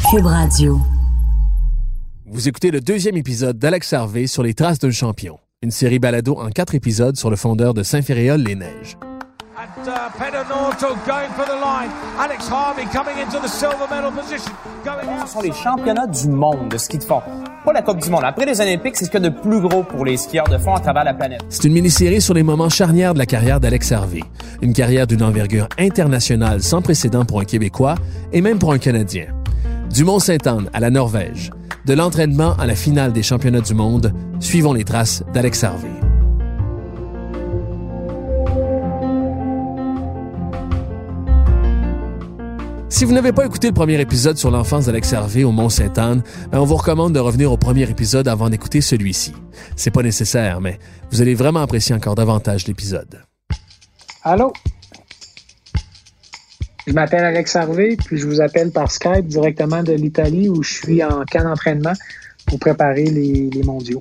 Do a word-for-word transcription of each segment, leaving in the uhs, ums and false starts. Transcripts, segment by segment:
Cube Radio. Vous écoutez le deuxième épisode d'Alex Harvey sur les traces d'un champion, une série balado en quatre épisodes sur le fondeur de Saint-Féréol-les-Neiges. And uh, Pedonauto going for the line. Alex Harvey coming into the silver medal position. Going out. Ce sont les championnats du monde de ski de fond. Pas la Coupe du monde. Après les Olympiques, c'est ce qu'il y a de plus gros pour les skieurs de fond à travers la planète. C'est une mini-série sur les moments charnières de la carrière d'Alex Harvey. Une carrière d'une envergure internationale sans précédent pour un Québécois et même pour un Canadien. Du Mont-Sainte-Anne à la Norvège, de l'entraînement à la finale des championnats du monde, suivons les traces d'Alex Harvey. Si vous n'avez pas écouté le premier épisode sur l'enfance d'Alex Harvey au Mont-Sainte-Anne, ben on vous recommande de revenir au premier épisode avant d'écouter celui-ci. C'est pas nécessaire, mais vous allez vraiment apprécier encore davantage l'épisode. Allô? Je m'appelle Alex Harvey, puis je vous appelle par Skype directement de l'Italie où je suis en camp d'entraînement pour préparer les, les mondiaux.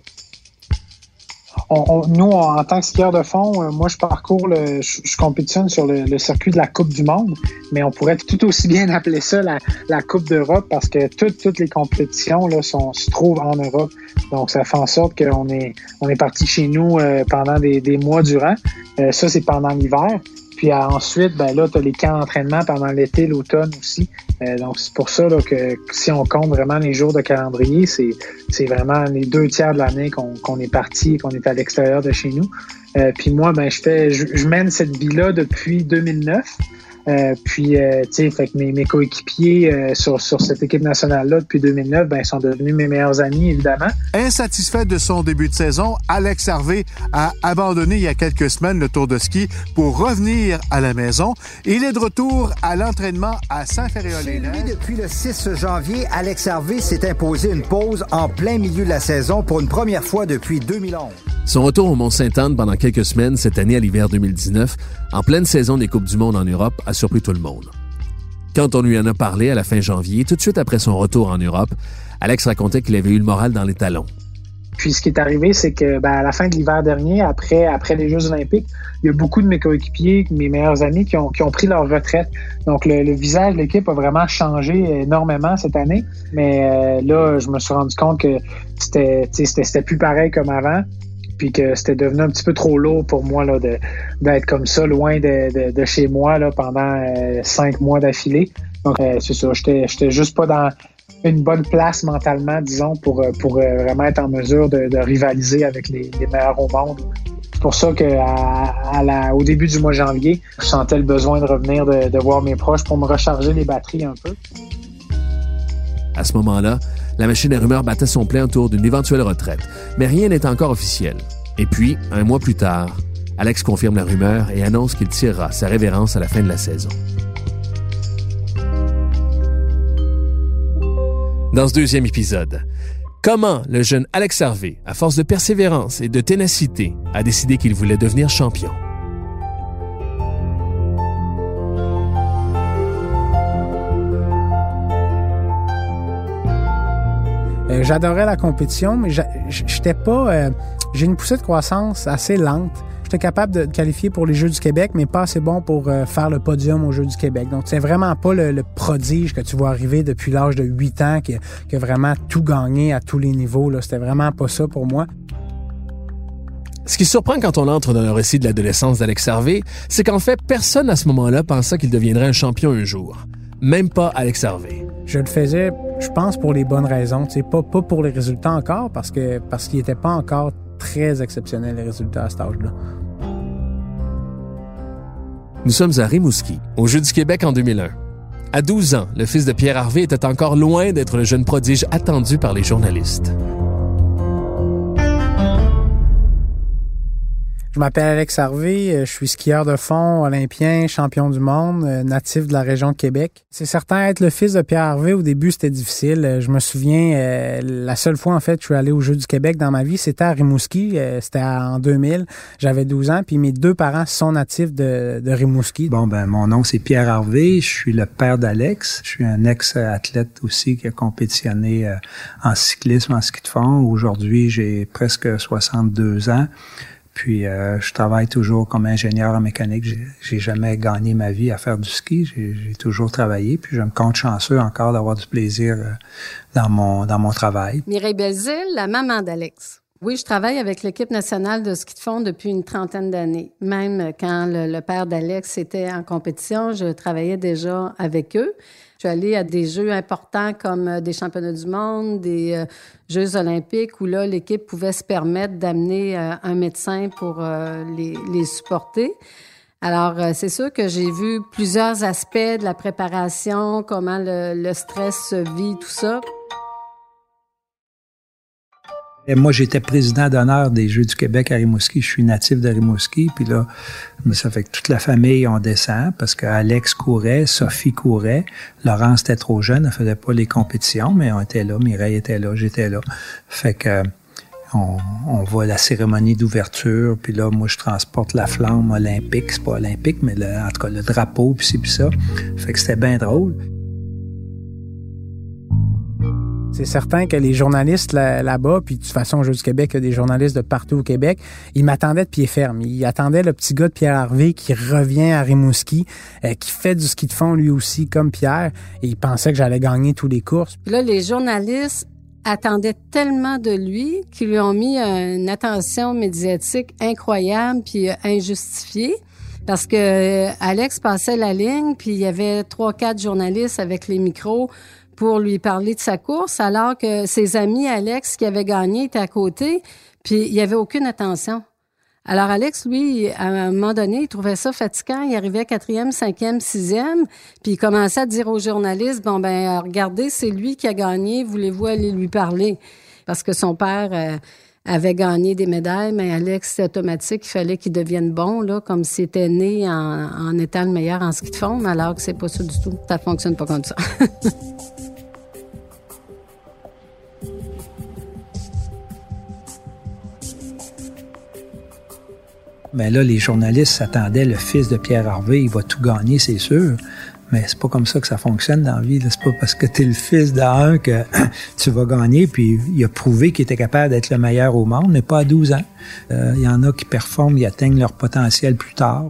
On, on, nous, on, en tant que skieur de fond, euh, moi, je parcours, le, je, je compétitionne sur le, le circuit de la Coupe du monde, mais on pourrait tout aussi bien appeler ça la, la Coupe d'Europe parce que toutes, toutes les compétitions là, sont, se trouvent en Europe. Donc, ça fait en sorte qu'on est, on est parti chez nous euh, pendant des, des mois durant. Euh, ça, c'est pendant l'hiver. Puis euh, ensuite, ben là, tu as les camps d'entraînement pendant l'été, l'automne aussi. Euh, donc, c'est pour ça là, que si on compte vraiment les jours de calendrier, c'est, c'est vraiment les deux tiers de l'année qu'on, qu'on est parti et qu'on est à l'extérieur de chez nous. Euh, puis moi, ben je fais, je, je mène cette vie-là depuis deux mille neuf. Euh, puis, euh, tu sais, fait que mes, mes coéquipiers euh, sur, sur cette équipe nationale-là depuis deux mille neuf, ben, ils sont devenus mes meilleurs amis, évidemment. Insatisfait de son début de saison, Alex Harvey a abandonné il y a quelques semaines le tour de ski pour revenir à la maison. Il est de retour à l'entraînement à Saint-Féréol-les-Neiges. Chez lui, depuis le six janvier, Alex Harvey s'est imposé une pause en plein milieu de la saison pour une première fois depuis deux mille onze. Son retour au Mont-Sainte-Anne pendant quelques semaines cette année à l'hiver deux mille dix-neuf, en pleine saison des Coupes du monde en Europe, a surpris tout le monde. Quand on lui en a parlé à la fin janvier, tout de suite après son retour en Europe, Alex racontait qu'il avait eu le moral dans les talons. Puis ce qui est arrivé, c'est que ben, à la fin de l'hiver dernier, après, après les Jeux olympiques, il y a beaucoup de mes coéquipiers, mes meilleurs amis qui ont, qui ont pris leur retraite. Donc le, le visage de l'équipe a vraiment changé énormément cette année. Mais euh, là, je me suis rendu compte que c'était, c'était, c'était plus pareil comme avant. Puis que c'était devenu un petit peu trop lourd pour moi là, de, d'être comme ça, loin de, de, de chez moi là, pendant euh, cinq mois d'affilée. Donc, euh, c'est ça, j'étais, j'étais juste pas dans une bonne place mentalement, disons, pour, pour euh, vraiment être en mesure de, de rivaliser avec les, les meilleurs au monde. C'est pour ça qu'au début du mois de janvier, je sentais le besoin de revenir, de, de voir mes proches pour me recharger les batteries un peu. À ce moment-là, la machine à rumeurs battait son plein autour d'une éventuelle retraite, mais rien n'est encore officiel. Et puis, un mois plus tard, Alex confirme la rumeur et annonce qu'il tirera sa révérence à la fin de la saison. Dans ce deuxième épisode, comment le jeune Alex Harvey, à force de persévérance et de ténacité, a décidé qu'il voulait devenir champion. Euh, j'adorais la compétition, mais j'étais pas... Euh, j'ai une poussée de croissance assez lente. J'étais capable de qualifier pour les Jeux du Québec, mais pas assez bon pour euh, faire le podium aux Jeux du Québec. Donc, c'est vraiment pas le, le prodige que tu vois arriver depuis l'âge de huit ans, qui, qui a vraiment tout gagné à tous les niveaux. Là. C'était vraiment pas ça pour moi. Ce qui surprend quand on entre dans le récit de l'adolescence d'Alex Harvey, c'est qu'en fait, personne à ce moment-là pensait qu'il deviendrait un champion un jour. Même pas Alex Harvey. Je le faisais, je pense, pour les bonnes raisons. Tu sais, pas, pas pour les résultats encore, parce que parce qu'il n'était pas encore très exceptionnel, les résultats à cet âge-là. Nous sommes à Rimouski, aux Jeux du Québec en deux mille un. À douze ans, le fils de Pierre Harvey était encore loin d'être le jeune prodige attendu par les journalistes. Je m'appelle Alex Harvey, je suis skieur de fond, olympien, champion du monde, natif de la région de Québec. C'est certain, être le fils de Pierre Harvey, au début, c'était difficile. Je me souviens, euh, la seule fois, en fait, je suis allé aux Jeux du Québec dans ma vie, c'était à Rimouski. Euh, c'était en deux mille. J'avais douze ans, puis mes deux parents sont natifs de, de Rimouski. Bon, ben, mon nom, c'est Pierre Harvey. Je suis le père d'Alex. Je suis un ex-athlète aussi qui a compétitionné euh, en cyclisme, en ski de fond. Aujourd'hui, j'ai presque soixante-deux ans. Puis euh, je travaille toujours comme ingénieur en mécanique. J'ai, j'ai jamais gagné ma vie à faire du ski. J'ai, j'ai toujours travaillé. Puis je me compte chanceux encore d'avoir du plaisir euh, dans mon dans mon travail. Mireille Belzile, la maman d'Alex. Oui, je travaille avec l'équipe nationale de ski de fond depuis une trentaine d'années. Même quand le, le père d'Alex était en compétition, je travaillais déjà avec eux. Je suis allée à des jeux importants comme des championnats du monde, des euh, Jeux olympiques, où là, l'équipe pouvait se permettre d'amener euh, un médecin pour euh, les, les supporter. Alors, euh, c'est sûr que j'ai vu plusieurs aspects de la préparation, comment le, le stress se vit, tout ça. Et moi, j'étais président d'honneur des Jeux du Québec à Rimouski. Je suis natif de Rimouski. Puis là, ça fait que toute la famille, on descend parce qu'Alex courait, Sophie courait. Laurence était trop jeune, elle faisait pas les compétitions, mais on était là. Mireille était là, j'étais là. Fait que on, on voit la cérémonie d'ouverture. Puis là, moi, je transporte la flamme olympique. C'est pas olympique, mais le, en tout cas, le drapeau, puis ci, puis ça. Fait que c'était bien drôle. C'est certain que les journalistes là, là-bas, puis de toute façon, au Jeux du Québec, il y a des journalistes de partout au Québec, ils m'attendaient de pied ferme. Ils attendaient le petit gars de Pierre Harvey qui revient à Rimouski, euh, qui fait du ski de fond lui aussi, comme Pierre, et ils pensaient que j'allais gagner toutes les courses. Puis là, les journalistes attendaient tellement de lui qu'ils lui ont mis une attention médiatique incroyable puis injustifiée. Parce que euh, Alex passait la ligne, puis il y avait trois, quatre journalistes avec les micros pour lui parler de sa course, alors que ses amis Alex qui avait gagné étaient à côté, puis il n'y avait aucune attention. Alors Alex, lui, à un moment donné, il trouvait ça fatigant. Il arrivait à quatrième, cinquième, sixième, puis il commençait à dire aux journalistes, bon ben regardez, c'est lui qui a gagné, voulez-vous aller lui parler? Parce que son père euh, avait gagné des médailles, mais Alex, c'était automatique, il fallait qu'il devienne bon, là, comme s'il était né en, en étant le meilleur en ski de fond, alors que c'est pas ça du tout. Ça fonctionne pas comme ça. Ben là, les journalistes s'attendaient, le fils de Pierre Harvey, il va tout gagner, c'est sûr. Mais c'est pas comme ça que ça fonctionne dans la vie. Là. C'est pas parce que t'es le fils d'un que tu vas gagner. Puis il a prouvé qu'il était capable d'être le meilleur au monde, mais pas à douze ans. Euh, il y en a qui performent, ils atteignent leur potentiel plus tard.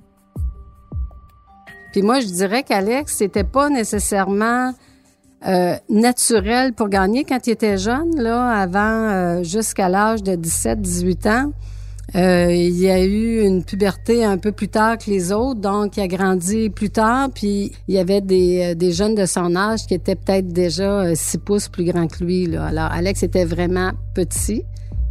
Puis moi, je dirais qu'Alex, c'était pas nécessairement euh, naturel pour gagner quand il était jeune, là, avant, euh, jusqu'à l'âge de dix-sept, dix-huit ans. Euh, il y a eu une puberté un peu plus tard que les autres, donc il a grandi plus tard, puis il y avait des, des jeunes de son âge qui étaient peut-être déjà euh, six pouces plus grands que lui, là. Alors, Alex était vraiment petit.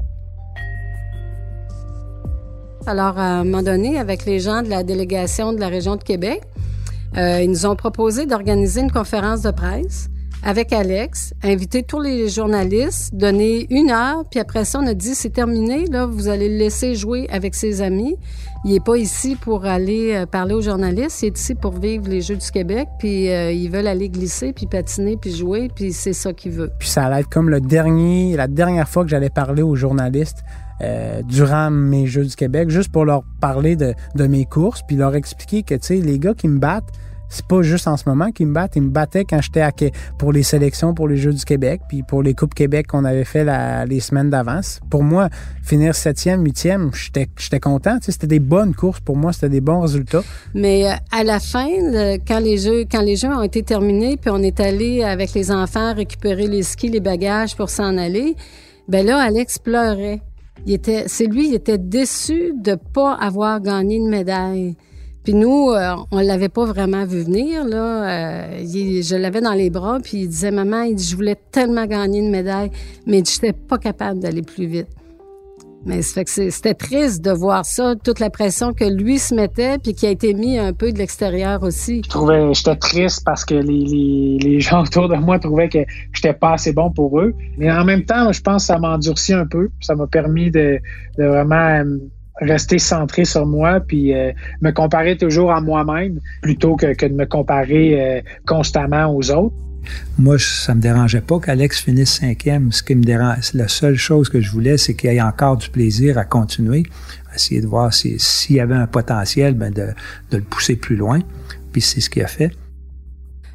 Alors, à un moment donné, avec les gens de la délégation de la région de Québec, euh, ils nous ont proposé d'organiser une conférence de presse avec Alex, inviter tous les journalistes, donner une heure, puis après ça, on a dit, c'est terminé, là, vous allez le laisser jouer avec ses amis. Il est pas ici pour aller euh, parler aux journalistes, il est ici pour vivre les Jeux du Québec, puis euh, ils veulent aller glisser, puis patiner, puis jouer, puis c'est ça qu'il veut. Puis ça allait être comme le dernier, la dernière fois que j'allais parler aux journalistes euh, durant mes Jeux du Québec, juste pour leur parler de, de mes courses, puis leur expliquer que, tu sais, les gars qui me battent, c'est pas juste en ce moment qu'ils me battent. Ils me battaient quand j'étais à Quai- pour les sélections pour les Jeux du Québec, puis pour les Coupes Québec qu'on avait fait la, les semaines d'avance. Pour moi, finir septième, huitième, j'étais, j'étais content. Tu sais, c'était des bonnes courses pour moi, c'était des bons résultats. Mais euh, à la fin, le, quand les jeux, quand les jeux ont été terminés, puis on est allé avec les enfants récupérer les skis, les bagages pour s'en aller, ben là, Alex pleurait. Il était, c'est lui, il était déçu de pas avoir gagné une médaille. Puis nous, euh, on l'avait pas vraiment vu venir, là. Euh, il, je l'avais dans les bras, puis il disait, maman, il dit, je voulais tellement gagner une médaille, mais je n'étais pas capable d'aller plus vite. Mais ça fait que c'est, c'était triste de voir ça, toute la pression que lui se mettait, puis qui a été mis un peu de l'extérieur aussi. Je trouvais, j'étais triste parce que les, les, les gens autour de moi trouvaient que j'étais pas assez bon pour eux. Mais en même temps, je pense que ça m'a endurci un peu. Ça m'a permis de, de vraiment rester centré sur moi, puis euh, me comparer toujours à moi-même, plutôt que, que de me comparer euh, constamment aux autres. Moi, ça me dérangeait pas qu'Alex finisse cinquième. Ce qui me dérange, la seule chose que je voulais, c'est qu'il y ait encore du plaisir à continuer, à essayer de voir si, s'il y avait un potentiel, ben de, de le pousser plus loin. Puis c'est ce qu'il a fait.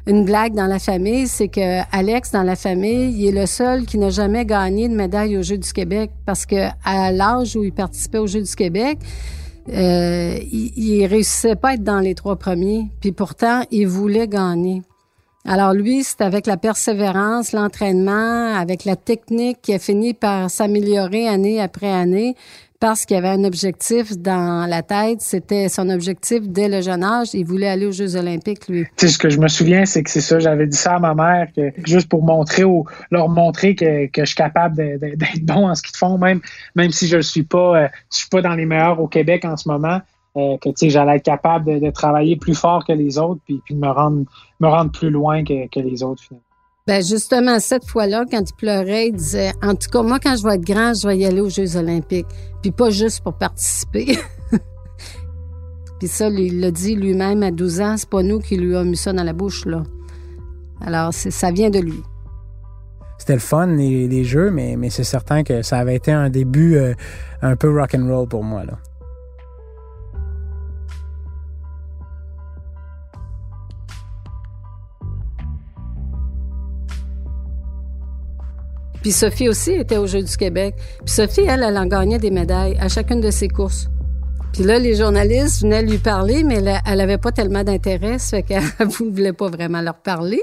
une blague dans la famille, c'est que Alex, dans la famille, il est le seul qui n'a jamais gagné de médaille aux Jeux du Québec parce que à l'âge où il participait aux Jeux du Québec, euh, il, il réussissait pas à être dans les trois premiers. Puis pourtant, il voulait gagner. Alors lui, c'est avec la persévérance, l'entraînement, avec la technique qui a fini par s'améliorer année après année parce qu'il avait un objectif dans la tête. C'était son objectif dès le jeune âge. Il voulait aller aux Jeux olympiques, lui. Tu sais, ce que je me souviens, c'est que c'est ça. J'avais dit ça à ma mère, que juste pour montrer au, leur montrer que, que je suis capable de, de, d'être bon en ski de fond, même, même si je ne suis pas, euh, je suis pas dans les meilleurs au Québec en ce moment. Euh, que tu sais, j'allais être capable de, de travailler plus fort que les autres puis, puis de me rendre, me rendre plus loin que, que les autres, finalement. Ben justement, cette fois-là, quand il pleurait, il disait « En tout cas, moi, quand je vais être grand, je vais y aller aux Jeux olympiques. » Puis pas juste pour participer. Puis ça, il l'a dit lui-même à douze ans. C'est pas nous qui lui avons mis ça dans la bouche, là. Alors, c'est, ça vient de lui. C'était le fun, les, les jeux, mais, mais c'est certain que ça avait été un début euh, un peu rock'n'roll pour moi, là. Puis Sophie aussi était aux Jeux du Québec. Puis Sophie, elle, elle en gagnait des médailles à chacune de ses courses. Puis là, les journalistes venaient lui parler, mais elle n'avait pas tellement d'intérêt, ça fait qu'elle ne voulait pas vraiment leur parler.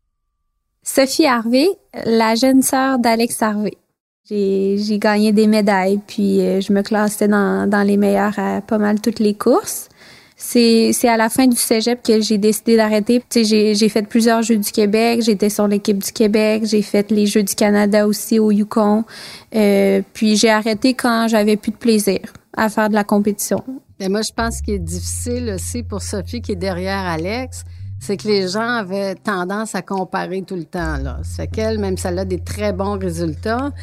Sophie Harvey, la jeune sœur d'Alex Harvey. J'ai, j'ai gagné des médailles, puis euh, je me classais dans, dans les meilleures à pas mal toutes les courses. C'est, c'est à la fin du cégep que j'ai décidé d'arrêter. Tu sais, j'ai, j'ai fait plusieurs Jeux du Québec, j'étais sur l'équipe du Québec, j'ai fait les Jeux du Canada aussi au Yukon. Euh, puis j'ai arrêté quand j'avais plus de plaisir à faire de la compétition. Et moi, je pense qu'il est difficile aussi pour Sophie qui est derrière Alex, c'est que les gens avaient tendance à comparer tout le temps, là. Ça fait qu'elle, même si elle a des très bons résultats,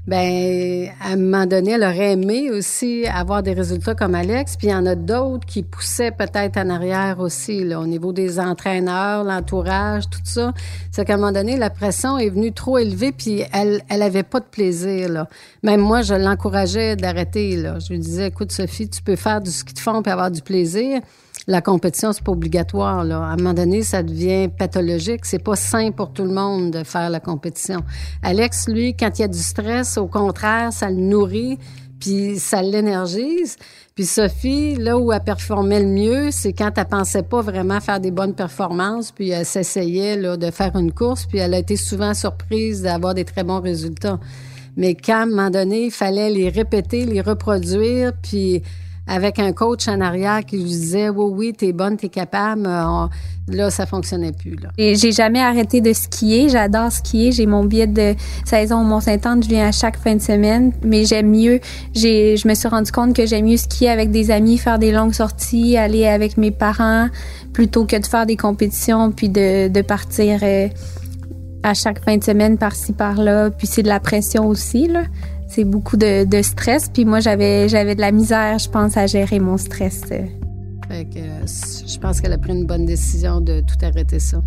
ben à un moment donné, elle aurait aimé aussi avoir des résultats comme Alex. Puis il y en a d'autres qui poussaient peut-être en arrière aussi, là, au niveau des entraîneurs, l'entourage, tout ça. C'est qu'à un moment donné, la pression est venue trop élevée, puis elle, elle avait pas de plaisir, là. Même moi, je l'encourageais d'arrêter, là. Je lui disais, écoute, Sophie, tu peux faire du ski de fond puis avoir du plaisir. La compétition, c'est pas obligatoire, là. À un moment donné, ça devient pathologique. C'est pas sain pour tout le monde de faire la compétition. Alex, lui, quand il y a du stress, au contraire, ça le nourrit, puis ça l'énergise. Puis Sophie, là où elle performait le mieux, c'est quand elle pensait pas vraiment faire des bonnes performances, puis elle s'essayait, là, de faire une course, puis elle a été souvent surprise d'avoir des très bons résultats. Mais quand, à un moment donné, il fallait les répéter, les reproduire, puis avec un coach en arrière qui lui disait « Oui, oui, t'es bonne, t'es capable. On... » Là, ça fonctionnait plus, là. Et j'ai jamais arrêté de skier. J'adore skier. J'ai mon billet de saison au Mont-Saint-Anne. Je viens à chaque fin de semaine. Mais j'aime mieux... J'ai, je me suis rendu compte que j'aime mieux skier avec des amis, faire des longues sorties, aller avec mes parents, plutôt que de faire des compétitions puis de, de partir euh, à chaque fin de semaine par-ci, par-là. Puis c'est de la pression aussi, là. C'est beaucoup de, de stress. Puis moi, j'avais, j'avais de la misère, je pense, à gérer mon stress. Fait que, je pense qu'elle a pris une bonne décision de tout arrêter ça.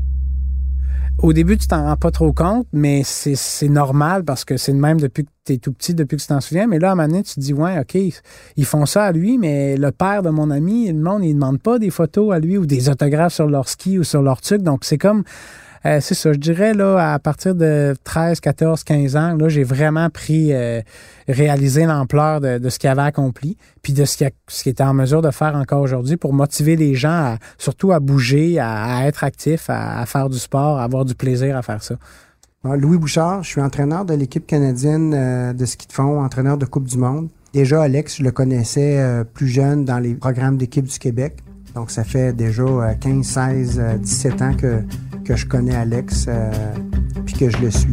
Au début, tu t'en rends pas trop compte, mais c'est, c'est normal parce que c'est le même depuis que tu es tout petit, depuis que tu t'en souviens. Mais là, à un moment donné, tu te dis, ouais, OK, ils font ça à lui, mais le père de mon ami, le monde, il ne demande pas des photos à lui ou des autographes sur leur ski ou sur leur truc. Donc, c'est comme... Euh, c'est ça, je dirais, là, à partir de treize, quatorze, quinze ans, là, j'ai vraiment pris, euh, réalisé l'ampleur de, de ce qu'il avait accompli, puis de ce qu'il, a, ce qu'il était en mesure de faire encore aujourd'hui pour motiver les gens, à, surtout à bouger, à, à être actifs, à, à faire du sport, à avoir du plaisir à faire ça. Louis Bouchard, je suis entraîneur de l'équipe canadienne euh, de ski de fond, entraîneur de Coupe du Monde. Déjà, Alex, je le connaissais euh, plus jeune dans les programmes d'équipe du Québec. Donc, ça fait déjà euh, quinze, seize, dix-sept ans que que je connais Alex, euh, puis que je le suis.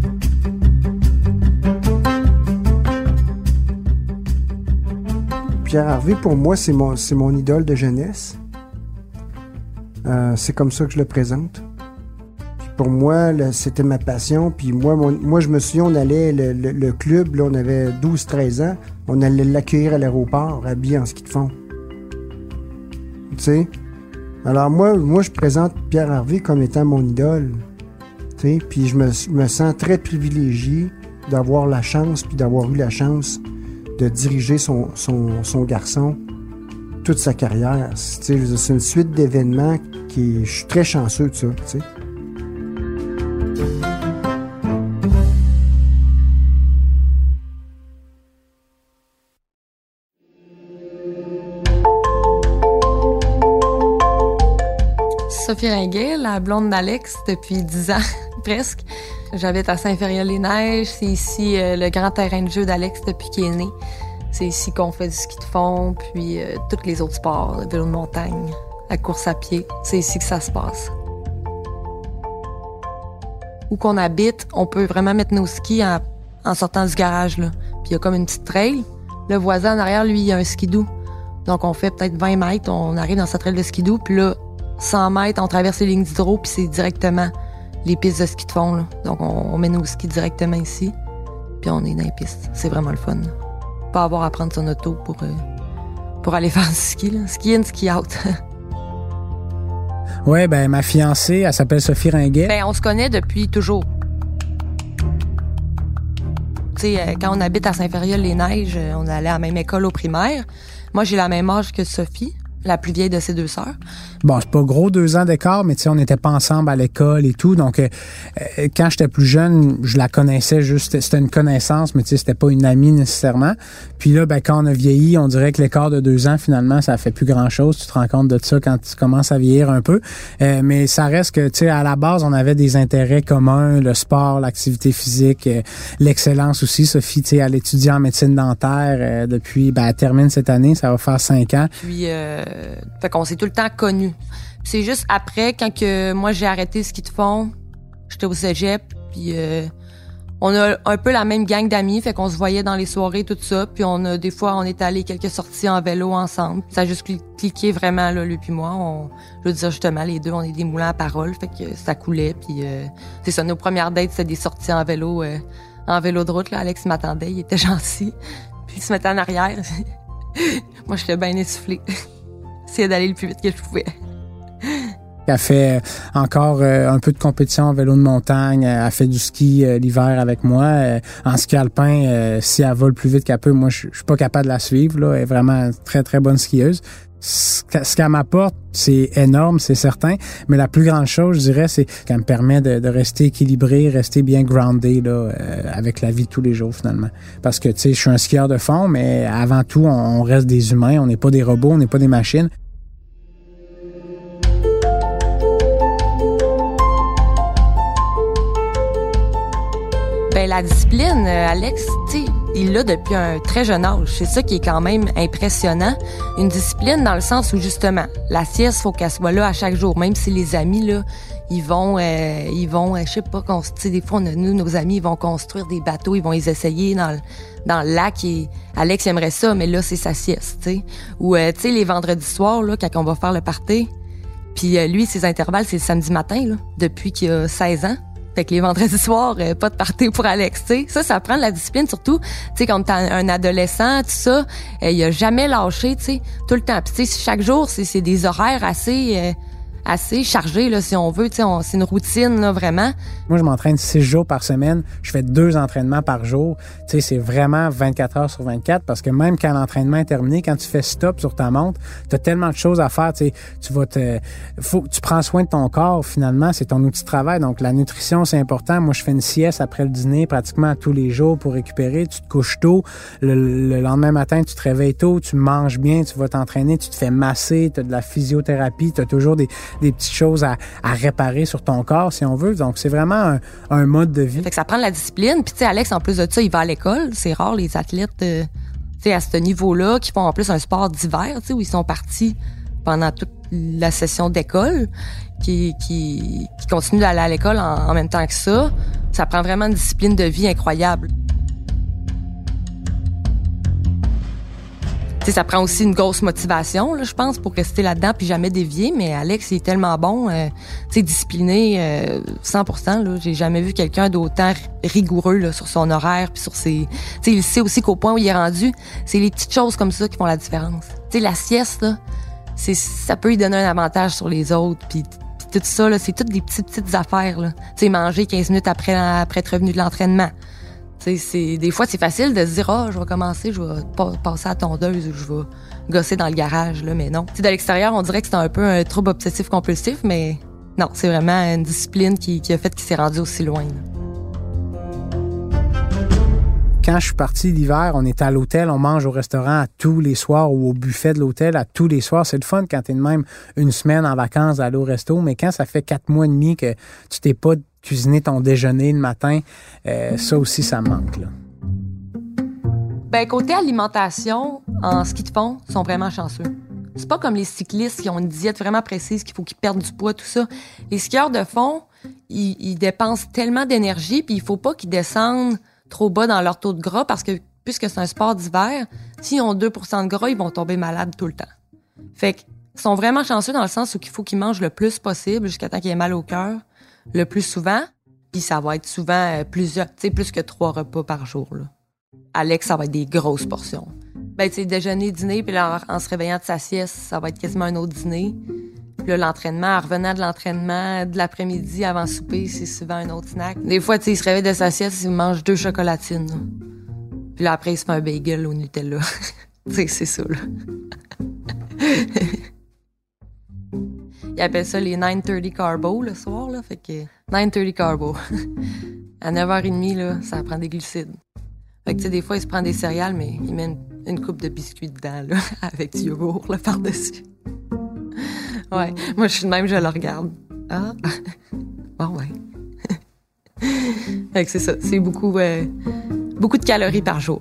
Pierre Harvey, pour moi, c'est mon, c'est mon idole de jeunesse. Euh, c'est comme ça que je le présente. Puis pour moi, là, c'était ma passion. Puis moi, mon, moi, je me souviens, on allait, le, le, le club, là, on avait douze treize ans, on allait l'accueillir à l'aéroport, habillé en ski de fond. Tu sais? Alors moi, moi, je présente Pierre Harvey comme étant mon idole, tu sais, puis je me, me sens très privilégié d'avoir la chance, puis d'avoir eu la chance de diriger son, son, son garçon toute sa carrière. Tu sais, c'est une suite d'événements qui, je suis très chanceux de ça, tu sais. Sophie Ringuet, la blonde d'Alex depuis dix ans, presque. J'habite à Saint-Fériol-les-Neiges. C'est ici euh, le grand terrain de jeu d'Alex depuis qu'il est né. C'est ici qu'on fait du ski de fond, puis euh, tous les autres sports, le vélo de montagne, la course à pied. C'est ici que ça se passe. Où qu'on habite, on peut vraiment mettre nos skis en, en sortant du garage, là. Puis il y a comme une petite trail. Le voisin en arrière, lui, il a un skidoo. Donc on fait peut-être vingt mètres, on arrive dans sa trail de skidoo, puis là, cent mètres, on traverse les lignes d'hydro, puis c'est directement les pistes de ski de fond, là. Donc on, on met nos skis directement ici, puis on est dans les pistes. C'est vraiment le fun. Pas avoir à prendre son auto pour, euh, pour aller faire du ski, là. Ski in, ski out. Ouais, ben ma fiancée, elle s'appelle Sophie Ringuet. Ben on se connaît depuis toujours. Tu sais, quand on habite à Saint-Fériol-les-Neiges, on allait à la même école au primaire. Moi, j'ai la même âge que Sophie, la plus vieille de ses deux sœurs. Bon, c'est pas gros, deux ans d'écart, mais tu sais, on n'était pas ensemble à l'école et tout. Donc, euh, quand j'étais plus jeune, je la connaissais juste, c'était une connaissance, mais tu sais, c'était pas une amie nécessairement. Puis là, ben, quand on a vieilli, on dirait que l'écart de deux ans, finalement, ça fait plus grand-chose. Tu te rends compte de ça quand tu commences à vieillir un peu. Euh, mais ça reste que, tu sais, à la base, on avait des intérêts communs, le sport, l'activité physique, euh, l'excellence aussi. Sophie, tu sais, elle étudie en médecine dentaire euh, depuis, ben, elle termine cette année, ça va faire cinq ans. Puis, euh, fait qu'on s'est tout le temps connus. C'est juste après, quand que moi j'ai arrêté le ski de fond, j'étais au cégep, puis euh, on a un peu la même gang d'amis, fait qu'on se voyait dans les soirées, tout ça, puis on a des fois, on est allé quelques sorties en vélo ensemble. Ça a juste cliqué vraiment, là, lui puis moi. On, je veux dire, justement, les deux, on est des moulins à parole, fait que ça coulait, puis euh, c'est ça, nos premières dates, c'était des sorties en vélo, euh, en vélo de route, là. Alex m'attendait, il était gentil, puis il se mettait en arrière. Moi, j'étais bien essoufflée. J'essayais d'aller le plus vite que je pouvais. Elle fait encore euh, un peu de compétition en vélo de montagne. Elle fait du ski euh, l'hiver avec moi. Euh, en ski alpin, euh, si elle va le plus vite qu'elle peut, moi, je suis pas capable de la suivre, là. Elle est vraiment une très, très bonne skieuse. Ce qu'elle m'apporte, c'est énorme, c'est certain. Mais la plus grande chose, je dirais, c'est qu'elle me permet de, de rester équilibré, rester bien groundé là, euh, avec la vie de tous les jours, finalement. Parce que, tu sais, je suis un skieur de fond, mais avant tout, on, on reste des humains. On n'est pas des robots, on n'est pas des machines. Ben, la discipline, Alex, tu sais, il l'a depuis un très jeune âge. C'est ça qui est quand même impressionnant. Une discipline dans le sens où, justement, la sieste, faut qu'elle soit là à chaque jour. Même si les amis, là, ils vont, euh, ils vont, euh, je sais pas, tu sais, des fois, on a, nous, nos amis, ils vont construire des bateaux, ils vont les essayer dans le, dans le lac. Et Alex aimerait ça, mais là, c'est sa sieste, tu sais. Ou, euh, tu sais, les vendredis soirs, là, quand on va faire le party, puis euh, lui, ses intervalles, c'est le samedi matin, là, depuis qu'il a seize ans. Fait que les vendredis soirs, euh, pas de party pour Alex, tu sais. Ça, ça prend de la discipline, surtout, tu sais, quand t'es un adolescent, tout ça, euh, il a jamais lâché, tu sais, tout le temps. Puis tu sais, chaque jour, c'est, c'est des horaires assez, euh, assez chargés, là, si on veut, tu sais, c'est une routine, là, vraiment. Moi, je m'entraîne six jours par semaine. Je fais deux entraînements par jour. Tu sais, c'est vraiment vingt-quatre heures sur vingt-quatre parce que même quand l'entraînement est terminé, quand tu fais stop sur ta montre, t'as tellement de choses à faire, tu sais, tu vas te, faut que tu prends soin de ton corps, finalement, c'est ton outil de travail. Donc, la nutrition, c'est important. Moi, je fais une sieste après le dîner pratiquement tous les jours pour récupérer. Tu te couches tôt. Le, le lendemain matin, tu te réveilles tôt, tu manges bien, tu vas t'entraîner, tu te fais masser, tu as de la physiothérapie, tu as toujours des, des petites choses à, à réparer sur ton corps, si on veut. Donc, c'est vraiment un, un mode de vie. Fait que ça prend de la discipline. Puis, tu sais, Alex, en plus de ça, il va à l'école. C'est rare, les athlètes, euh, tu sais, à ce niveau-là, qui font en plus un sport d'hiver, tu sais, où ils sont partis pendant toute la session d'école, qui, qui, qui continuent d'aller à l'école en, en même temps que ça. Ça prend vraiment une discipline de vie incroyable. T'sais, ça prend aussi une grosse motivation, là, je pense, pour rester là-dedans puis jamais dévier. Mais Alex, il est tellement bon, euh, t'sais, discipliné euh, cent pour cent. Là, j'ai jamais vu quelqu'un d'autant rigoureux là, sur son horaire puis sur ses. T'sais, il sait aussi qu'au point où il est rendu, c'est les petites choses comme ça qui font la différence. T'sais, la sieste, là, c'est ça peut lui donner un avantage sur les autres. Puis tout ça, là, c'est toutes des petites petites affaires. Là. T'sais, manger quinze minutes après après être revenu de l'entraînement. C'est, des fois, c'est facile de se dire « Ah, oh, je vais commencer, je vais pa- passer à la tondeuse ou je vais gosser dans le garage. » là, mais non. T'sais, de l'extérieur, on dirait que c'est un peu un trouble obsessif-compulsif, mais non, c'est vraiment une discipline qui, qui a fait qu'il s'est rendu aussi loin. Là. quand je suis parti l'hiver, on est à l'hôtel, on mange au restaurant à tous les soirs ou au buffet de l'hôtel à tous les soirs. C'est le fun quand t'es de même une semaine en vacances d'aller au resto, mais quand ça fait quatre mois et demi que tu t'es pas cuisiné ton déjeuner le matin, euh, ça aussi, ça me manque, là. Ben, côté alimentation, en ski de fond, ils sont vraiment chanceux. C'est pas comme les cyclistes qui ont une diète vraiment précise, qu'il faut qu'ils perdent du poids, tout ça. Les skieurs de fond, ils, ils dépensent tellement d'énergie, puis il faut pas qu'ils descendent trop bas dans leur taux de gras, parce que puisque c'est un sport d'hiver, s'ils ont deux pour cent de gras, ils vont tomber malades tout le temps. Fait qu'ils sont vraiment chanceux dans le sens où il faut qu'ils mangent le plus possible jusqu'à temps qu'ils aient mal au cœur, le plus souvent, puis ça va être souvent plusieurs, tu sais, plus que trois repas par jour, là. Alex, ça va être des grosses portions. Ben, tu sais, déjeuner, dîner, puis là, en, en se réveillant de sa sieste, ça va être quasiment un autre dîner. Puis là, l'entraînement, en revenant de l'entraînement, de l'après-midi avant le souper, c'est souvent un autre snack. Des fois, tu sais, il se réveille de sa sieste, il mange deux chocolatines, là. Puis là, après, il se fait un bagel au Nutella. Tu sais, c'est ça, là. Il appelle ça les nine thirty carbo le soir, là. Fait que nine thirty carbo. À neuf heures trente, là, ça prend des glucides. Fait que, tu sais, des fois, il se prend des céréales, mais il met une, une coupe de biscuits dedans, là, avec du yogourt, là, par-dessus. Ouais. Moi, je suis de même, je le regarde. Ah. Bon, ouais. Fait que c'est ça. C'est beaucoup, euh, beaucoup de calories par jour.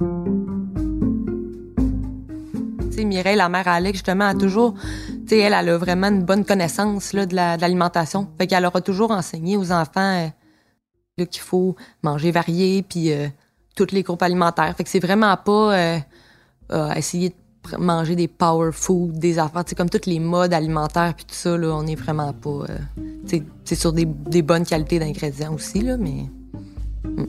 Tu sais, Mireille, la mère à Alex, justement, a toujours... Tu sais, elle, elle a vraiment une bonne connaissance, là, de, la, de l'alimentation. Fait qu'elle aura toujours enseigné aux enfants euh, là, qu'il faut manger varié, puis... Euh, tous les groupes alimentaires. Fait que c'est vraiment pas euh, euh, essayer de manger des power food, des affaires, tu sais, comme toutes les modes alimentaires puis tout ça, là, on est vraiment pas... Euh, tu sais, c'est sur des, des bonnes qualités d'ingrédients aussi, là, mais... Mm.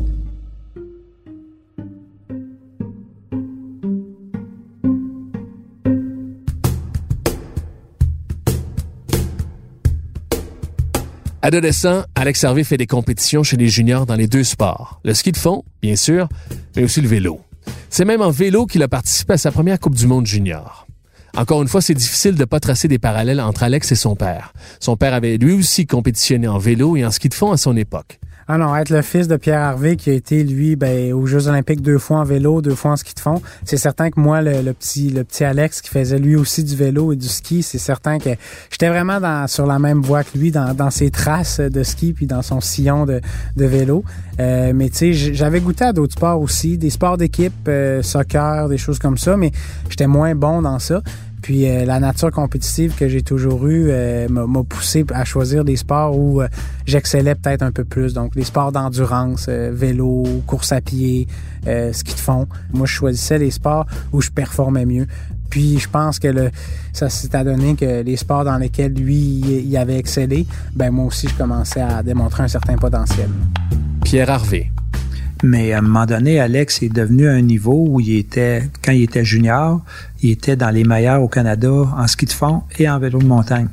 Adolescent, Alex Harvey fait des compétitions chez les juniors dans les deux sports. Le ski de fond, bien sûr, mais aussi le vélo. C'est même en vélo qu'il a participé à sa première Coupe du monde junior. Encore une fois, c'est difficile de ne pas tracer des parallèles entre Alex et son père. Son père avait lui aussi compétitionné en vélo et en ski de fond à son époque. Ah non, être le fils de Pierre Harvey qui a été, lui, ben, aux Jeux olympiques deux fois en vélo, deux fois en ski de fond, c'est certain que moi, le, le petit le petit Alex qui faisait lui aussi du vélo et du ski, c'est certain que j'étais vraiment dans sur la même voie que lui, dans, dans ses traces de ski puis dans son sillon de, de vélo. Euh, mais tu sais, j'avais goûté à d'autres sports aussi, des sports d'équipe, euh, soccer, des choses comme ça, mais j'étais moins bon dans ça. Puis euh, la nature compétitive que j'ai toujours eue euh, m'a, m'a poussé à choisir des sports où euh, j'excellais peut-être un peu plus. Donc les sports d'endurance, euh, vélo, course à pied, euh, ski de fond. Moi, je choisissais les sports où je performais mieux. Puis je pense que le, ça s'est adonné que les sports dans lesquels lui il avait excellé, ben moi aussi je commençais à démontrer un certain potentiel. Pierre Harvey. Mais à un moment donné, Alex est devenu à un niveau où il était, quand il était junior, il était dans les meilleurs au Canada en ski de fond et en vélo de montagne.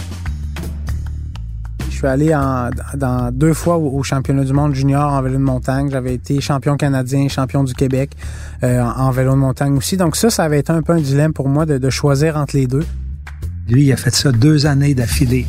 Je suis allé en, dans deux fois au, au championnat du monde junior en vélo de montagne. J'avais été champion canadien, champion du Québec euh, en, en vélo de montagne aussi. Donc ça, ça avait été un peu un dilemme pour moi de, de choisir entre les deux. Lui, il a fait ça deux années d'affilée.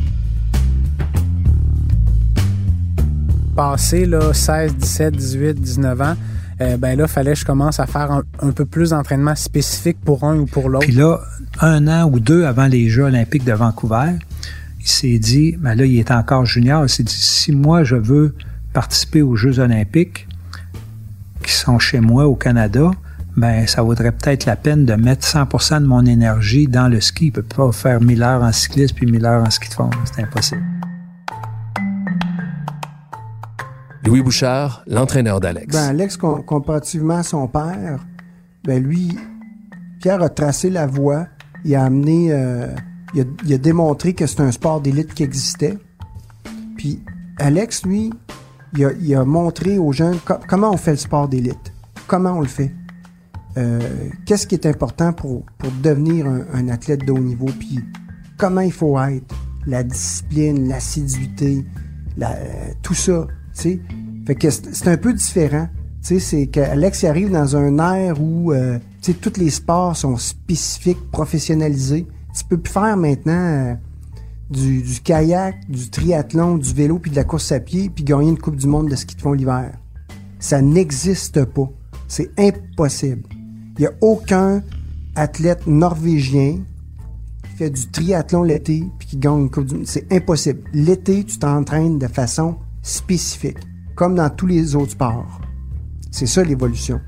Passé là, seize, dix-sept, dix-huit, dix-neuf ans, euh, ben là, il fallait que je commence à faire un, un peu plus d'entraînement spécifique pour un ou pour l'autre. Puis là, un an ou deux avant les Jeux olympiques de Vancouver, il s'est dit, ben là, il était encore junior, il s'est dit, si moi, je veux participer aux Jeux olympiques qui sont chez moi au Canada, ben ça vaudrait peut-être la peine de mettre cent pour cent de mon énergie dans le ski. Il ne peut pas faire mille heures en cyclisme puis mille heures en ski de fond. C'est impossible. Louis Bouchard, l'entraîneur d'Alex. Ben, Alex, com- comparativement à son père, ben lui, Pierre a tracé la voie, il a amené, euh, il, a, il a démontré que c'est un sport d'élite qui existait. Puis Alex, lui, il a, il a montré aux jeunes co- comment on fait le sport d'élite, comment on le fait, euh, qu'est-ce qui est important pour, pour devenir un, un athlète de haut niveau, puis comment il faut être, la discipline, l'assiduité, la, euh, tout ça. T'sais. Fait que c'est, c'est un peu différent. T'sais, c'est qu'Alex il arrive dans un air où euh, tous les sports sont spécifiques, professionnalisés. Tu peux plus faire maintenant euh, du, du kayak, du triathlon, du vélo puis de la course à pied puis gagner une coupe du monde de ski de fond l'hiver. Ça n'existe pas. C'est impossible. Il n'y a aucun athlète norvégien qui fait du triathlon l'été puis qui gagne une Coupe du Monde. C'est impossible. L'été, tu t'entraînes de façon spécifique, comme dans tous les autres sports. C'est ça l'évolution.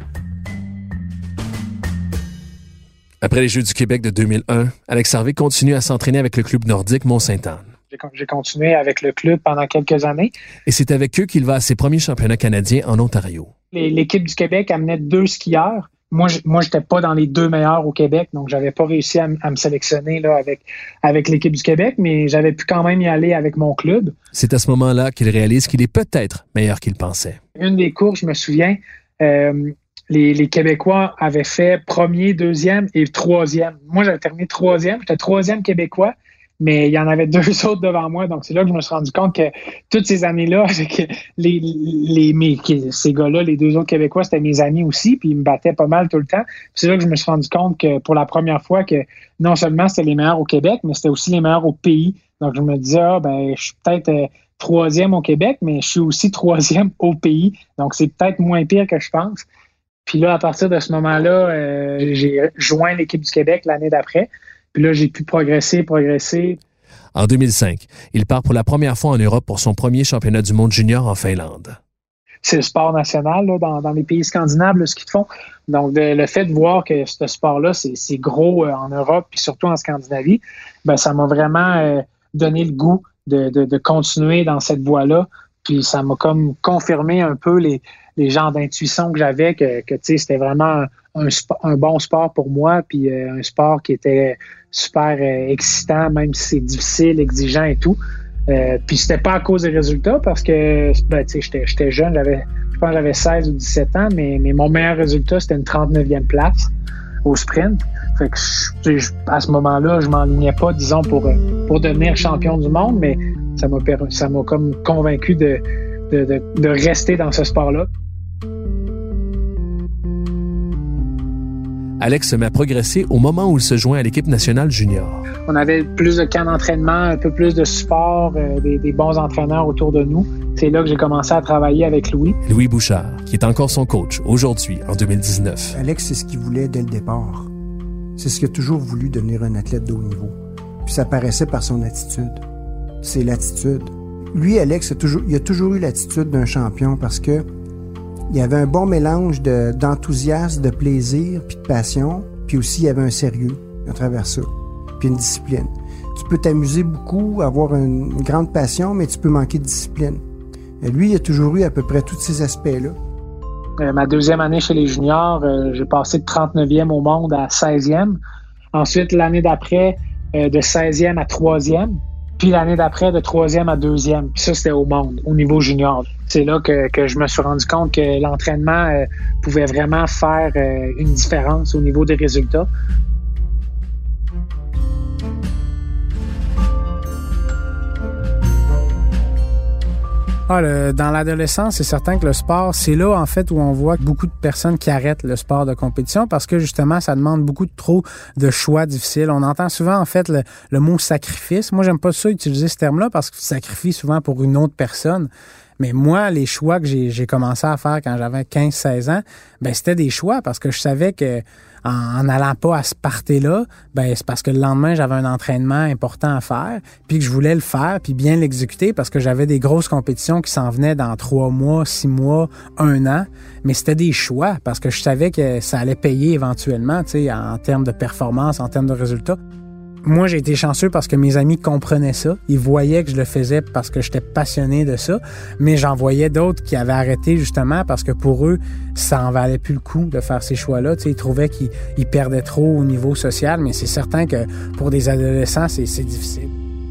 Après les Jeux du Québec de deux mille un, Alex Harvey continue à s'entraîner avec le club nordique Mont-Sainte-Anne. J'ai continué avec le club pendant quelques années. Et c'est avec eux qu'il va à ses premiers championnats canadiens en Ontario. L'équipe du Québec amenait deux skieurs. Moi, je, moi, j'étais pas dans les deux meilleurs au Québec, donc j'avais pas réussi à, m- à me sélectionner là, avec, avec l'équipe du Québec, mais j'avais pu quand même y aller avec mon club. C'est à ce moment-là qu'il réalise qu'il est peut-être meilleur qu'il pensait. Une des courses, je me souviens, euh, les, les Québécois avaient fait premier, deuxième et troisième. Moi, j'avais terminé troisième. J'étais troisième Québécois, mais il y en avait deux autres devant moi. Donc, c'est là que je me suis rendu compte que toutes ces années-là, que les, les, mes, ces gars-là, les deux autres Québécois, c'était mes amis aussi, puis ils me battaient pas mal tout le temps. Puis c'est là que je me suis rendu compte que pour la première fois, que non seulement c'était les meilleurs au Québec, mais c'était aussi les meilleurs au pays. Donc, je me disais, ah, ben, je suis peut-être euh, troisième au Québec, mais je suis aussi troisième au pays. Donc, c'est peut-être moins pire que je pense. Puis là, à partir de ce moment-là, euh, j'ai joint l'équipe du Québec l'année d'après. Puis là, j'ai pu progresser, progresser. En deux mille cinq, il part pour la première fois en Europe pour son premier championnat du monde junior en Finlande. C'est le sport national là, dans, dans les pays scandinaves, là, ce qu'ils font. Donc, de, le fait de voir que ce sport-là, c'est, c'est gros euh, en Europe, puis surtout en Scandinavie, ben, ça m'a vraiment euh, donné le goût de, de, de continuer dans cette voie-là. Puis ça m'a comme confirmé un peu les, les genres d'intuition que j'avais, que, que tu sais, c'était vraiment un, un bon sport pour moi, puis euh, un sport qui était super euh, excitant, même si c'est difficile, exigeant et tout. Euh, puis c'était pas à cause des résultats, parce que ben, tu sais, j'étais, j'étais jeune, j'avais, je pense que j'avais seize ou dix-sept ans, mais, mais mon meilleur résultat, c'était une trente-neuvième place au sprint. Fait que je, je, à ce moment-là, je m'enlignais pas, disons, pour, pour devenir champion du monde, mais ça m'a, ça m'a comme convaincu de, de, de, de rester dans ce sport-là. Alex se met à progresser au moment où il se joint à l'équipe nationale junior. On avait plus de camps d'entraînement, un peu plus de support, euh, des, des bons entraîneurs autour de nous. C'est là que j'ai commencé à travailler avec Louis. Louis Bouchard, qui est encore son coach aujourd'hui, en deux mille dix-neuf. Alex, c'est ce qu'il voulait dès le départ. C'est ce qu'il a toujours voulu, devenir un athlète de haut niveau. Puis ça paraissait par son attitude. C'est l'attitude. Lui, Alex, a toujours, il a toujours eu l'attitude d'un champion parce que il y avait un bon mélange de, d'enthousiasme, de plaisir, puis de passion, puis aussi il y avait un sérieux à travers ça, puis une discipline. Tu peux t'amuser beaucoup, avoir une, une grande passion, mais tu peux manquer de discipline. Et lui, il a toujours eu à peu près tous ces aspects-là. Euh, ma deuxième année chez les juniors, euh, j'ai passé de trente-neuvième au monde à seizième. Ensuite, l'année d'après, euh, de seizième à troisième. Puis l'année d'après, de troisième à deuxième. Puis ça, c'était au monde, au niveau junior. C'est là que, que je me suis rendu compte que l'entraînement euh, pouvait vraiment faire euh, une différence au niveau des résultats. Ah, le, dans l'adolescence, c'est certain que le sport, c'est là, en fait, où on voit beaucoup de personnes qui arrêtent le sport de compétition parce que, justement, ça demande beaucoup de trop de choix difficiles. On entend souvent, en fait, le, le mot sacrifice. Moi, j'aime pas ça utiliser ce terme-là parce que tu sacrifies souvent pour une autre personne. Mais moi, les choix que j'ai, j'ai commencé à faire quand j'avais quinze seize ans, ben c'était des choix parce que je savais que en allant pas à ce party-là, ben c'est parce que le lendemain, j'avais un entraînement important à faire, puis que je voulais le faire, puis bien l'exécuter parce que j'avais des grosses compétitions qui s'en venaient dans trois mois, six mois, un an. Mais c'était des choix parce que je savais que ça allait payer éventuellement, tu sais, en termes de performance, en termes de résultats. Moi, j'ai été chanceux parce que mes amis comprenaient ça. Ils voyaient que je le faisais parce que j'étais passionné de ça. Mais j'en voyais d'autres qui avaient arrêté justement parce que pour eux, ça en valait plus le coup de faire ces choix-là. Tu sais, ils trouvaient qu'ils ils perdaient trop au niveau social. Mais c'est certain que pour des adolescents, c'est, c'est difficile.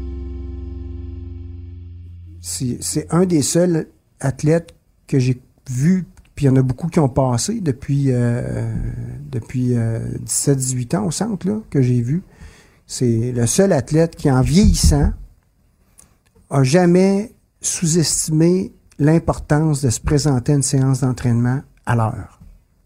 C'est, c'est un des seuls athlètes que j'ai vu, puis il y en a beaucoup qui ont passé depuis, euh, depuis euh, dix-sept dix-huit ans au centre, là, que j'ai vu. C'est le seul athlète qui, en vieillissant, a jamais sous-estimé l'importance de se présenter à une séance d'entraînement à l'heure.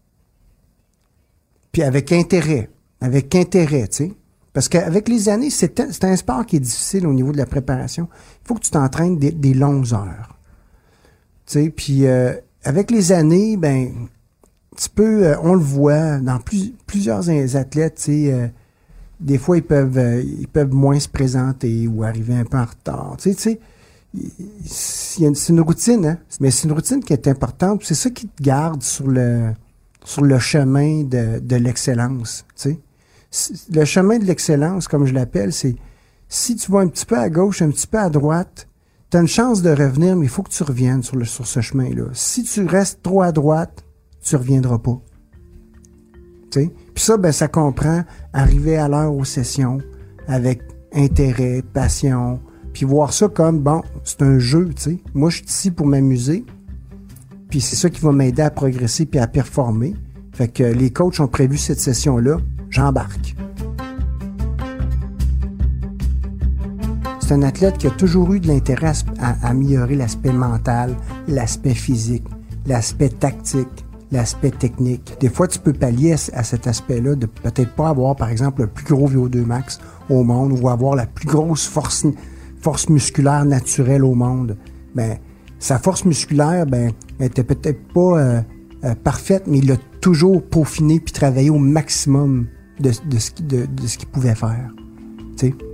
Puis avec intérêt, avec intérêt, tu sais. Parce qu'avec les années, c'est un, c'est un sport qui est difficile au niveau de la préparation. Il faut que tu t'entraînes des, des longues heures. Tu sais, puis euh, avec les années, ben, tu peux, euh, on le voit dans plus, plusieurs athlètes, tu sais, euh, des fois, ils peuvent, euh, ils peuvent moins se présenter ou arriver un peu en retard. Tu sais, tu sais, c'est une routine, hein? Mais c'est une routine qui est importante. C'est ça qui te garde sur le, sur le chemin de, de l'excellence, tu sais. Le chemin de l'excellence, comme je l'appelle, c'est si tu vas un petit peu à gauche, un petit peu à droite, tu as une chance de revenir, mais il faut que tu reviennes sur, le, sur ce chemin-là. Si tu restes trop à droite, tu reviendras pas. Tu sais? Puis ça, ben, ça comprend arriver à l'heure aux sessions avec intérêt, passion, puis voir ça comme, bon, c'est un jeu, tu sais. Moi, je suis ici pour m'amuser, puis c'est ça qui va m'aider à progresser puis à performer. Fait que les coachs ont prévu cette session-là, j'embarque. C'est un athlète qui a toujours eu de l'intérêt à, à améliorer l'aspect mental, l'aspect physique, l'aspect tactique, l'aspect technique. Des fois, tu peux pallier à, à cet aspect-là de peut-être pas avoir, par exemple, le plus gros V O deux max au monde ou avoir la plus grosse force, force musculaire naturelle au monde. Ben, sa force musculaire, ben, elle était peut-être pas euh, euh, parfaite, mais il l'a toujours peaufiné puis travaillé au maximum de, de, ce, de, de ce qu'il pouvait faire. Tu sais?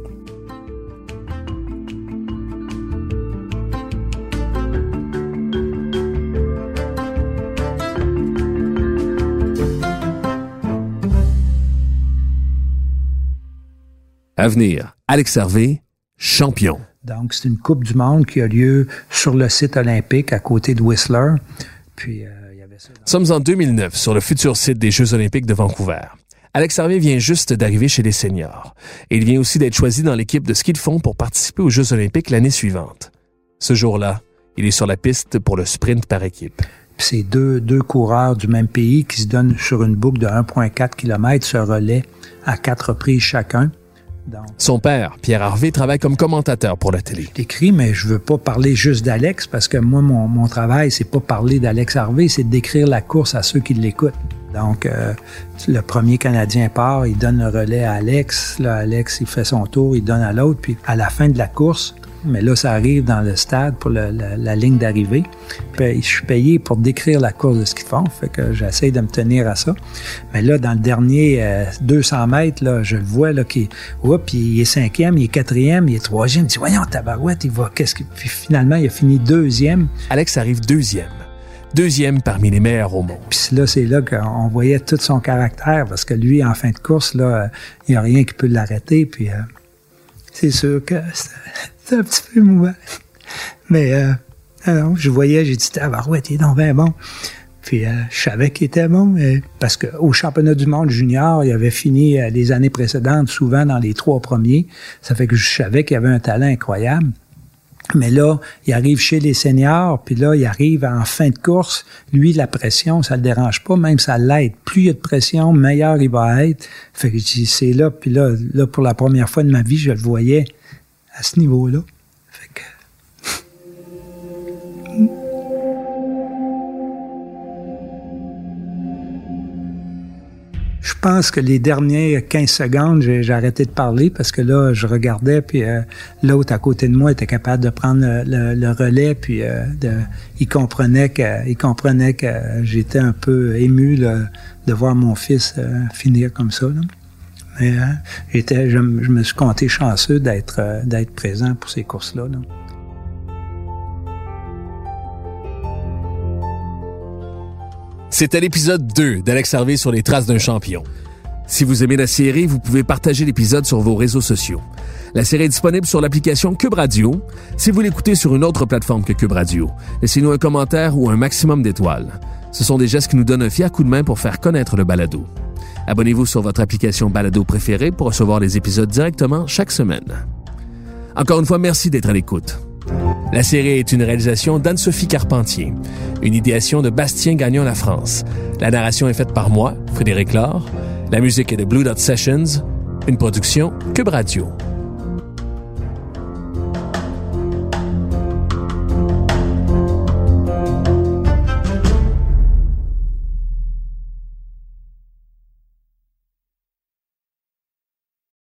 À venir, Alex Harvey, champion. Donc, c'est une Coupe du monde qui a lieu sur le site olympique à côté de Whistler. Puis, euh, il y avait ça. Nous sommes en deux mille neuf sur le futur site des Jeux olympiques de Vancouver. Alex Harvey vient juste d'arriver chez les seniors. Et il vient aussi d'être choisi dans l'équipe de ski de fond pour participer aux Jeux olympiques l'année suivante. Ce jour-là, il est sur la piste pour le sprint par équipe. Puis c'est deux, deux coureurs du même pays qui se donnent sur une boucle de un virgule quatre kilomètres ce relais à quatre reprises chacun. Donc, son père, Pierre Harvey, travaille comme commentateur pour la télé. Je t'écris, mais je veux pas parler juste d'Alex parce que moi, mon, mon travail, c'est pas parler d'Alex Harvey, c'est de décrire la course à ceux qui l'écoutent. Donc, euh, le premier Canadien part, il donne le relais à Alex. Là, Alex, il fait son tour, il donne à l'autre. Puis, à la fin de la course, mais là, ça arrive dans le stade pour le, la, la ligne d'arrivée. Puis, je suis payé pour décrire la course de ski de fond, fait que j'essaie de me tenir à ça. Mais là, dans le dernier euh, deux cents mètres, là, je le vois, là, qui, oups, il est cinquième, il est quatrième, il est troisième. Je dis, voyons, tabarouette, il va, qu'est-ce que... Puis finalement, il a fini deuxième. Alex arrive deuxième. Deuxième parmi les meilleurs au monde. Puis là, c'est là qu'on voyait tout son caractère, parce que lui, en fin de course, là, il n'y a rien qui peut l'arrêter, puis euh, c'est sûr que c'est un petit peu mouvant. Mais euh, alors, je voyais, j'ai dit, ah, ouais, il est donc bien bon. Puis euh, je savais qu'il était bon, mais parce qu'au championnat du monde junior, il avait fini euh, les années précédentes souvent dans les trois premiers. Ça fait que je savais qu'il avait un talent incroyable. Mais là, il arrive chez les seniors, puis là, il arrive en fin de course. Lui, la pression, ça le dérange pas, même ça l'aide. Plus il y a de pression, meilleur il va être. Fait que c'est là, puis là, là, pour la première fois de ma vie, je le voyais à ce niveau-là. Fait que... Je pense que les dernières quinze secondes, j'ai, j'ai arrêté de parler parce que là, je regardais, puis euh, l'autre à côté de moi était capable de prendre le, le, le relais, puis euh, de, il comprenait que, il comprenait que j'étais un peu ému là, de voir mon fils euh, finir comme ça. Là. Mais euh, j'étais, je, je me suis compté chanceux d'être, euh, d'être présent pour ces courses-là. Là. C'était l'épisode deux d'Alex Harvey sur les traces d'un champion. Si vous aimez la série, vous pouvez partager l'épisode sur vos réseaux sociaux. La série est disponible sur l'application Cube Radio. Si vous l'écoutez sur une autre plateforme que Cube Radio, laissez-nous un commentaire ou un maximum d'étoiles. Ce sont des gestes qui nous donnent un fier coup de main pour faire connaître le balado. Abonnez-vous sur votre application balado préférée pour recevoir les épisodes directement chaque semaine. Encore une fois, merci d'être à l'écoute. La série est une réalisation d'Anne-Sophie Carpentier, une idéation de Bastien Gagnon La France. La narration est faite par moi, Frédéric Laure. La musique est de Blue Dot Sessions, une production Cube Radio.